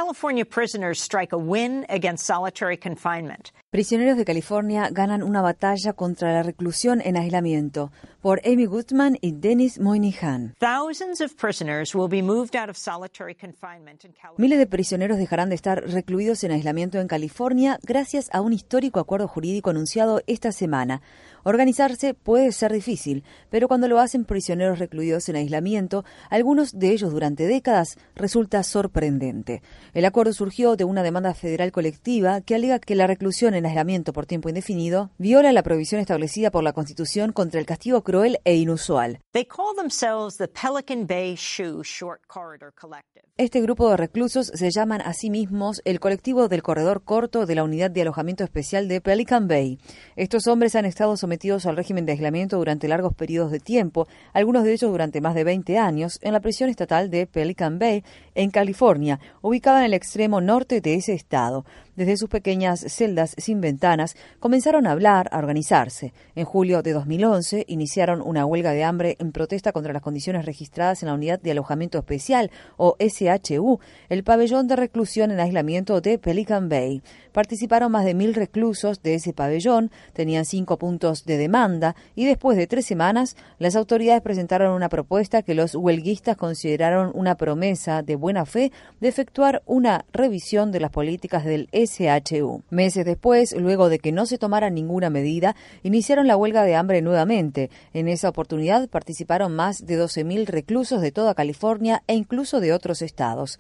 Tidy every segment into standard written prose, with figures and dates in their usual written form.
California prisoners strike a win against solitary confinement. Prisioneros de California ganan una batalla contra la reclusión en aislamiento, por Amy Goodman y Dennis Moynihan. Thousands of prisoners will be moved out of solitary confinement in California. Miles de prisioneros dejarán de estar recluidos en aislamiento en California gracias a un histórico acuerdo jurídico anunciado esta semana. Organizarse puede ser difícil, pero cuando lo hacen prisioneros recluidos en aislamiento, algunos de ellos durante décadas, resulta sorprendente. El acuerdo surgió de una demanda federal colectiva que alega que la reclusión en aislamiento por tiempo indefinido viola la prohibición establecida por la Constitución contra el castigo cruel e inusual. They call themselves the Pelican Bay Shoe Short Corridor Collective. Este grupo de reclusos se llaman a sí mismos el colectivo del corredor corto de la unidad de alojamiento especial de Pelican Bay. Estos hombres han estado sometidos al régimen de aislamiento durante largos periodos de tiempo, algunos de ellos durante más de 20 años, en la prisión estatal de Pelican Bay, en California, ubicada en el extremo norte de ese estado. Desde sus pequeñas celdas sin ventanas, comenzaron a hablar, a organizarse. En julio de 2011, iniciaron una huelga de hambre en protesta contra las condiciones registradas en la Unidad de Alojamiento Especial, o SHU, el pabellón de reclusión en aislamiento de Pelican Bay. Participaron más de 1.000 reclusos de ese pabellón, tenían 5 puntos de demanda y después de 3 semanas, las autoridades presentaron una propuesta que los huelguistas consideraron una promesa de buena fe de efectuar una revisión de las políticas del SHU. Meses después, luego de que no se tomara ninguna medida, iniciaron la huelga de hambre nuevamente. En esa oportunidad participaron más de 12.000 reclusos de toda California e incluso de otros estados.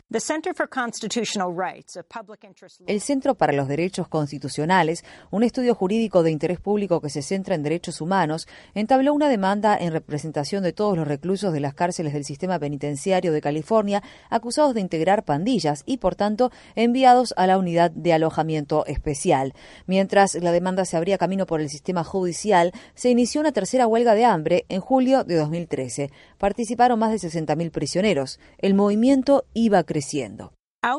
El Centro para los Derechos Constitucionales, un estudio jurídico de interés público que se centra en derechos humanos, entabló una demanda en representación de todos los reclusos de las cárceles del sistema penitenciario de California acusados de integrar pandillas y, por tanto, enviados a la unidad de alojamiento especial. Mientras la demanda se abría camino por el sistema judicial, se inició una tercera huelga de hambre en julio de 2013. Participaron más de 60.000 prisioneros. El movimiento iba creciendo.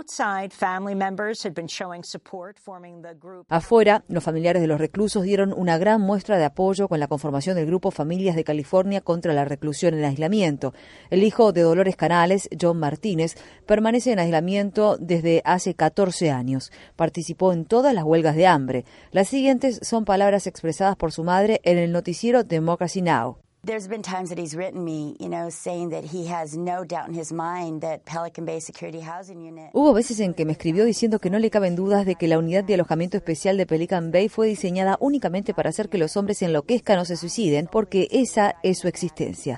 Afuera, los familiares de los reclusos dieron una gran muestra de apoyo con la conformación del grupo Familias de California contra la reclusión en aislamiento. El hijo de Dolores Canales, John Martínez, permanece en aislamiento desde hace 14 años. Participó en todas las huelgas de hambre. Las siguientes son palabras expresadas por su madre en el noticiero Democracy Now! There's been times that he's written me, saying that he has no doubt in his mind that Pelican Bay Security Housing Unit. Hubo veces en que me escribió diciendo que no le caben dudas de que la unidad de alojamiento especial de Pelican Bay fue diseñada únicamente para hacer que los hombres se enloquezcan o se suiciden, porque esa es su existencia.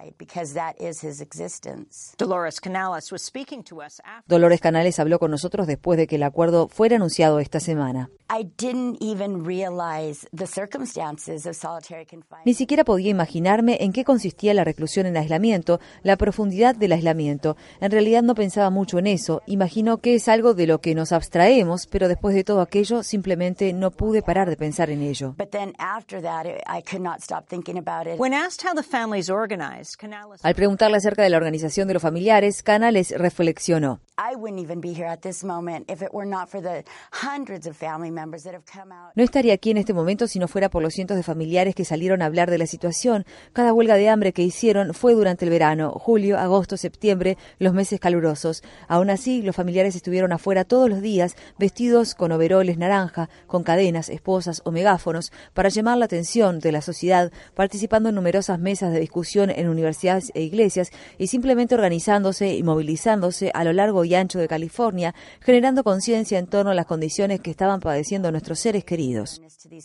Dolores Canales habló con nosotros después de que el acuerdo fuera anunciado esta semana. Ni siquiera podía imaginarme en qué consistía la reclusión en aislamiento, la profundidad del aislamiento. En realidad no pensaba mucho en eso. Imagino que es algo de lo que nos abstraemos, pero después de todo aquello simplemente no pude parar de pensar en ello. Al preguntarle acerca de la organización de los familiares, Canales reflexionó. No estaría aquí en este momento si no fuera por los cientos de familiares que salieron a hablar de la situación. Cada huelga de hambre que hicieron fue durante el verano, julio, agosto, septiembre, los meses calurosos. Aún así, los familiares estuvieron afuera todos los días, vestidos con overoles naranja, con cadenas, esposas o megáfonos, para llamar la atención de la sociedad, participando en numerosas mesas de discusión en universidades e iglesias y simplemente organizándose y movilizándose a lo largo y ancho de California, generando conciencia en torno a las condiciones que estaban padeciendo nuestros seres queridos.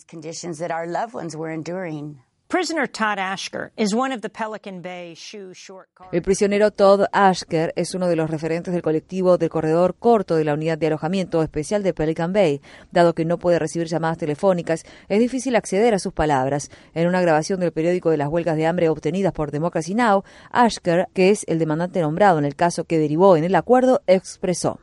El prisionero Todd Ashker es uno de los referentes del colectivo del corredor corto de la unidad de alojamiento especial de Pelican Bay. Dado que no puede recibir llamadas telefónicas, es difícil acceder a sus palabras. En una grabación del periódico de las huelgas de hambre obtenidas por Democracy Now!, Ashker, que es el demandante nombrado en el caso que derivó en el acuerdo, expresó: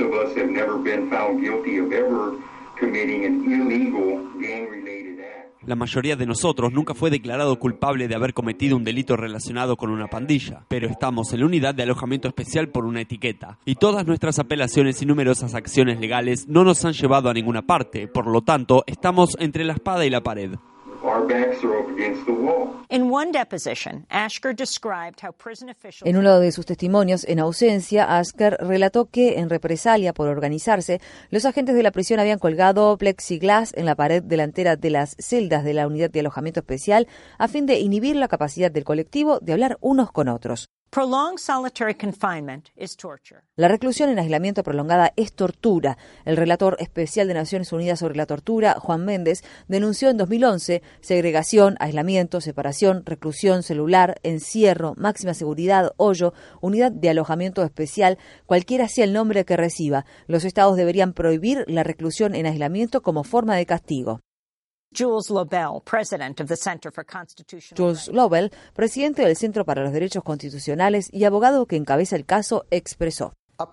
La mayoría de nosotros nunca fue declarado culpable de haber cometido un delito relacionado con una pandilla, pero estamos en la unidad de alojamiento especial por una etiqueta, y todas nuestras apelaciones y numerosas acciones legales no nos han llevado a ninguna parte, por lo tanto, estamos entre la espada y la pared. backs are up against the wall. In one deposition, Ashker described how prison officials... En uno de sus testimonios, en ausencia, Ashker relató que, en represalia por organizarse, los agentes de la prisión habían colgado plexiglas en la pared delantera de las celdas de la unidad de alojamiento especial a fin de inhibir la capacidad del colectivo de hablar unos con otros. Prolonged solitary confinement is torture. La reclusión en aislamiento prolongada es tortura. El relator especial de Naciones Unidas sobre la tortura, Juan Méndez, denunció en 2011 segregación, aislamiento, separación, reclusión celular, encierro, máxima seguridad, hoyo, unidad de alojamiento especial, cualquiera sea el nombre que reciba. Los estados deberían prohibir la reclusión en aislamiento como forma de castigo. Jules Lobel, president of the Center for Constitutional Jules Lobel, presidente del Centro para los Derechos Constitucionales y abogado que encabeza el caso, expresó: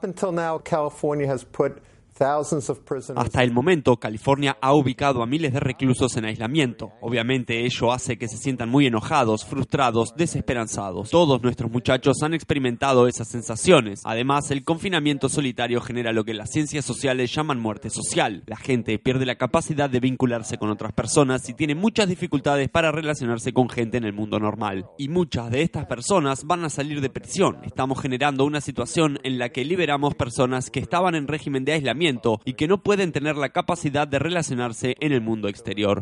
Hasta el momento, California ha ubicado a miles de reclusos en aislamiento. Obviamente, ello hace que se sientan muy enojados, frustrados, desesperanzados. Todos nuestros muchachos han experimentado esas sensaciones. Además, el confinamiento solitario genera lo que las ciencias sociales llaman muerte social. La gente pierde la capacidad de vincularse con otras personas y tiene muchas dificultades para relacionarse con gente en el mundo normal. Y muchas de estas personas van a salir de prisión. Estamos generando una situación en la que liberamos personas que estaban en régimen de aislamiento y que no pueden tener la capacidad de relacionarse en el mundo exterior.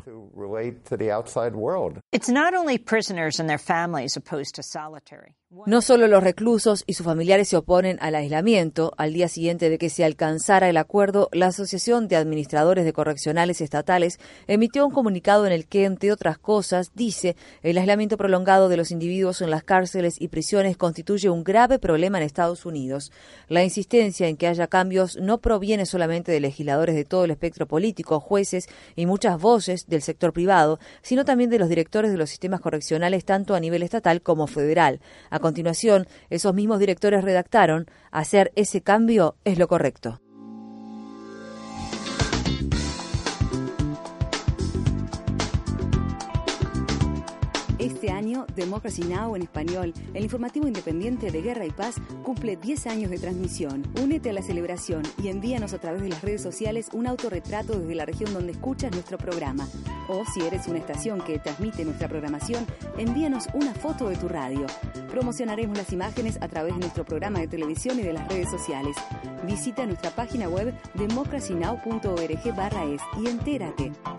It's not only prisoners and their families opposed to solitary. No solo los reclusos y sus familiares se oponen al aislamiento. Al día siguiente de que se alcanzara el acuerdo, la Asociación de Administradores de Correccionales Estatales emitió un comunicado en el que, entre otras cosas, dice: el aislamiento prolongado de los individuos en las cárceles y prisiones constituye un grave problema en Estados Unidos. La insistencia en que haya cambios no proviene solamente de legisladores de todo el espectro político, jueces y muchas voces del sector privado, sino también de los directores de los sistemas correccionales tanto a nivel estatal como federal. A continuación, esos mismos directores redactaron: hacer ese cambio es lo correcto. Este año, Democracy Now! En español, el informativo independiente de Guerra y Paz, cumple 10 años de transmisión. Únete a la celebración y envíanos a través de las redes sociales un autorretrato desde la región donde escuchas nuestro programa. O si eres una estación que transmite nuestra programación, envíanos una foto de tu radio. Promocionaremos las imágenes a través de nuestro programa de televisión y de las redes sociales. Visita nuestra página web democracynow.org/es y entérate.